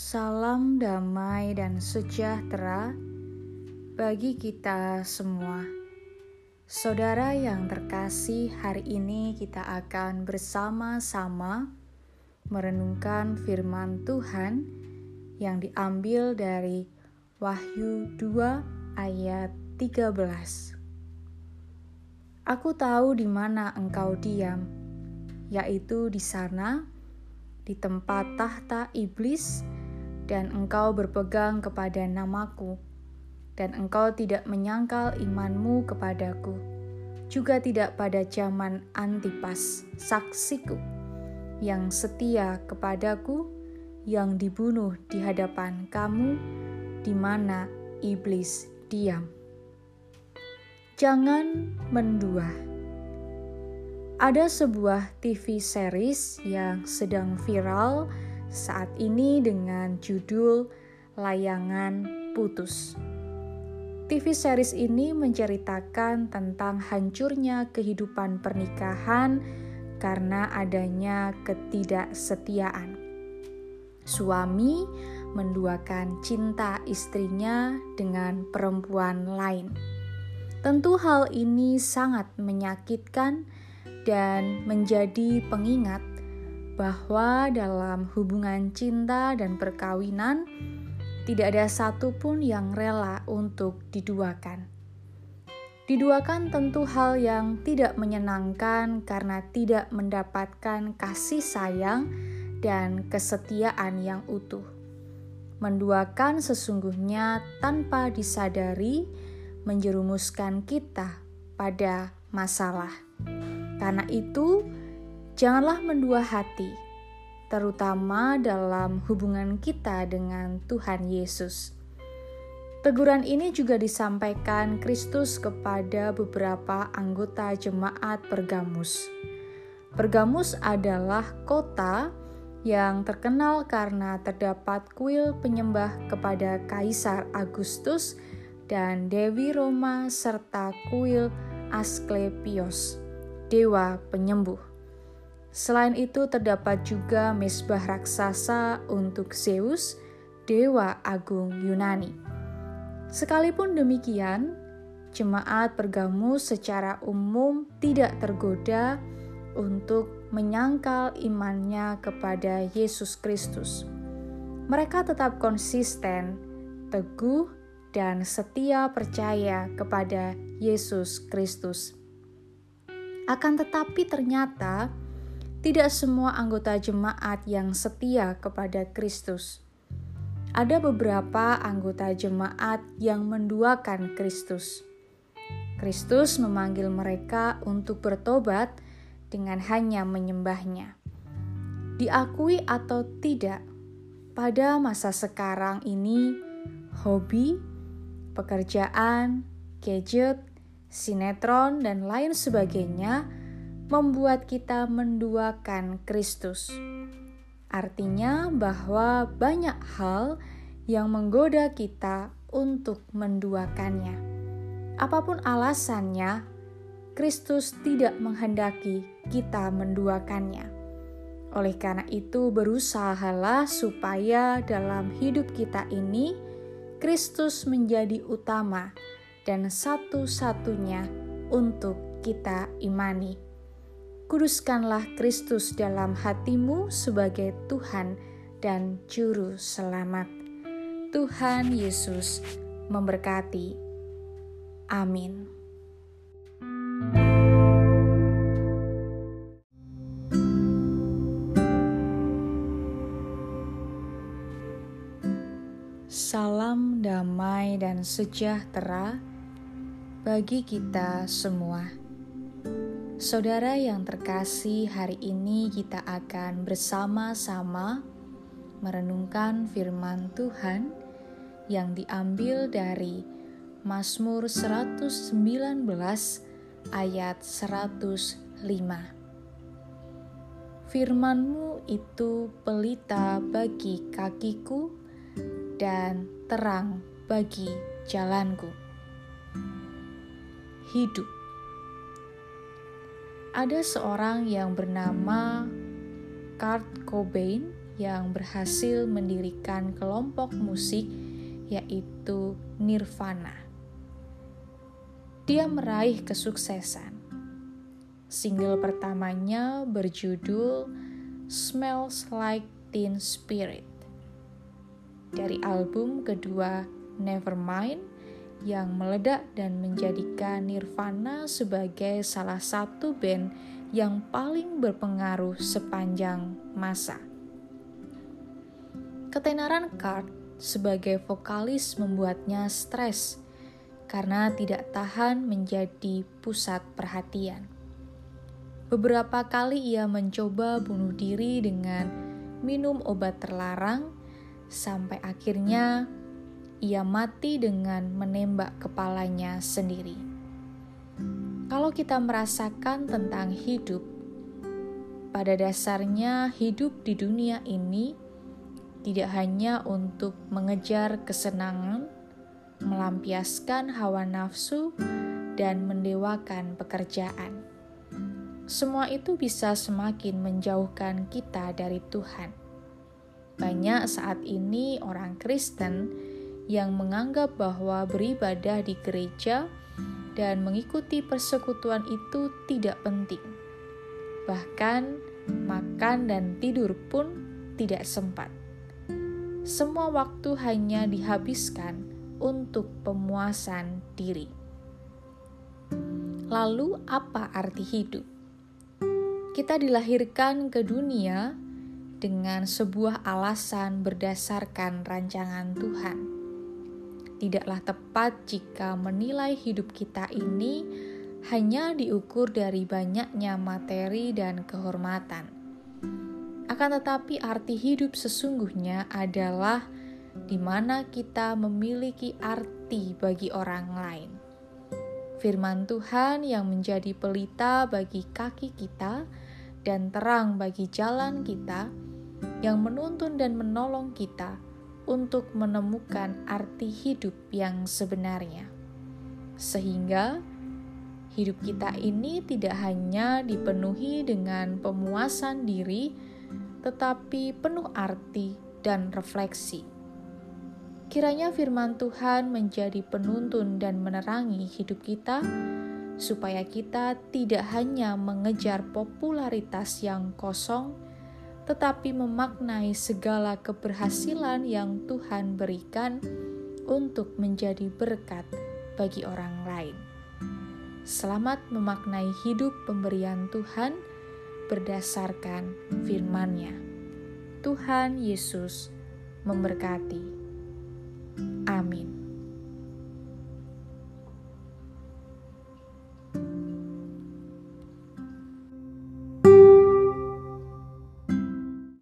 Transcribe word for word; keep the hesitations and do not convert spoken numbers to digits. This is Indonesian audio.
Salam damai dan sejahtera bagi kita semua. Saudara yang terkasih, hari ini kita akan bersama-sama merenungkan firman Tuhan yang diambil dari Wahyu dua ayat tiga belas. Aku tahu di mana engkau diam, yaitu di sana, di tempat tahta iblis, dan engkau berpegang kepada namaku, dan engkau tidak menyangkal imanmu kepadaku, juga tidak pada zaman Antipas, saksiku, yang setia kepadaku, yang dibunuh di hadapan kamu, di mana iblis diam. Jangan mendua. Ada sebuah T V series yang sedang viral saat ini dengan judul Layangan Putus. T V series ini menceritakan tentang hancurnya kehidupan pernikahan karena adanya ketidaksetiaan. Suami menduakan cinta istrinya dengan perempuan lain. Tentu hal ini sangat menyakitkan dan menjadi pengingat bahwa dalam hubungan cinta dan perkawinan tidak ada satupun yang rela untuk diduakan. Diduakan tentu hal yang tidak menyenangkan karena tidak mendapatkan kasih sayang dan kesetiaan yang utuh. Menduakan sesungguhnya tanpa disadari menjerumuskan kita pada masalah. Karena itu, janganlah mendua hati, terutama dalam hubungan kita dengan Tuhan Yesus. Teguran ini juga disampaikan Kristus kepada beberapa anggota jemaat Pergamus. Pergamus adalah kota yang terkenal karena terdapat kuil penyembah kepada Kaisar Agustus dan Dewi Roma serta kuil Asklepios, dewa penyembuh. Selain itu terdapat juga mezbah raksasa untuk Zeus, dewa agung Yunani. Sekalipun demikian, jemaat Pergamus secara umum tidak tergoda untuk menyangkal imannya kepada Yesus Kristus. Mereka tetap konsisten, teguh, dan setia percaya kepada Yesus Kristus. Akan tetapi ternyata tidak semua anggota jemaat yang setia kepada Kristus. Ada beberapa anggota jemaat yang menduakan Kristus. Kristus memanggil mereka untuk bertobat dengan hanya menyembahnya. Diakui atau tidak, pada masa sekarang ini, hobi, pekerjaan, gadget, sinetron, dan lain sebagainya membuat kita menduakan Kristus. Artinya bahwa banyak hal yang menggoda kita untuk menduakannya. Apapun alasannya, Kristus tidak menghendaki kita menduakannya. Oleh karena itu, berusahalah supaya dalam hidup kita ini Kristus menjadi utama dan satu-satunya untuk kita imani. Kuduskanlah Kristus dalam hatimu sebagai Tuhan dan Juru Selamat. Tuhan Yesus memberkati. Amin. Salam damai dan sejahtera bagi kita semua. Saudara yang terkasih, hari ini kita akan bersama-sama merenungkan firman Tuhan yang diambil dari Mazmur seratus sembilan belas ayat seratus lima. Firman-Mu itu pelita bagi kakiku dan terang bagi jalanku. Hidup. Ada seorang yang bernama Kurt Cobain yang berhasil mendirikan kelompok musik yaitu Nirvana. Dia meraih kesuksesan. Single pertamanya berjudul Smells Like Teen Spirit. Dari album kedua Nevermind yang meledak dan menjadikan Nirvana sebagai salah satu band yang paling berpengaruh sepanjang masa. Ketenaran Kurt sebagai vokalis membuatnya stres karena tidak tahan menjadi pusat perhatian. Beberapa kali ia mencoba bunuh diri dengan minum obat terlarang, sampai akhirnya ia mati dengan menembak kepalanya sendiri. Kalau kita merasakan tentang hidup, pada dasarnya hidup di dunia ini tidak hanya untuk mengejar kesenangan, melampiaskan hawa nafsu, dan mendewakan pekerjaan. Semua itu bisa semakin menjauhkan kita dari Tuhan. Banyak saat ini orang Kristen yang menganggap bahwa beribadah di gereja dan mengikuti persekutuan itu tidak penting. Bahkan makan dan tidur pun tidak sempat. Semua waktu hanya dihabiskan untuk pemuasan diri. Lalu apa arti hidup? Kita dilahirkan ke dunia dengan sebuah alasan berdasarkan rancangan Tuhan. Tidaklah tepat jika menilai hidup kita ini hanya diukur dari banyaknya materi dan kehormatan. Akan tetapi arti hidup sesungguhnya adalah di mana kita memiliki arti bagi orang lain. Firman Tuhan yang menjadi pelita bagi kaki kita dan terang bagi jalan kita, yang menuntun dan menolong kita untuk menemukan arti hidup yang sebenarnya. Sehingga hidup kita ini tidak hanya dipenuhi dengan pemuasan diri, tetapi penuh arti dan refleksi. Kiranya firman Tuhan menjadi penuntun dan menerangi hidup kita, supaya kita tidak hanya mengejar popularitas yang kosong, tetapi memaknai segala keberhasilan yang Tuhan berikan untuk menjadi berkat bagi orang lain. Selamat memaknai hidup pemberian Tuhan berdasarkan firman-Nya. Tuhan Yesus memberkati.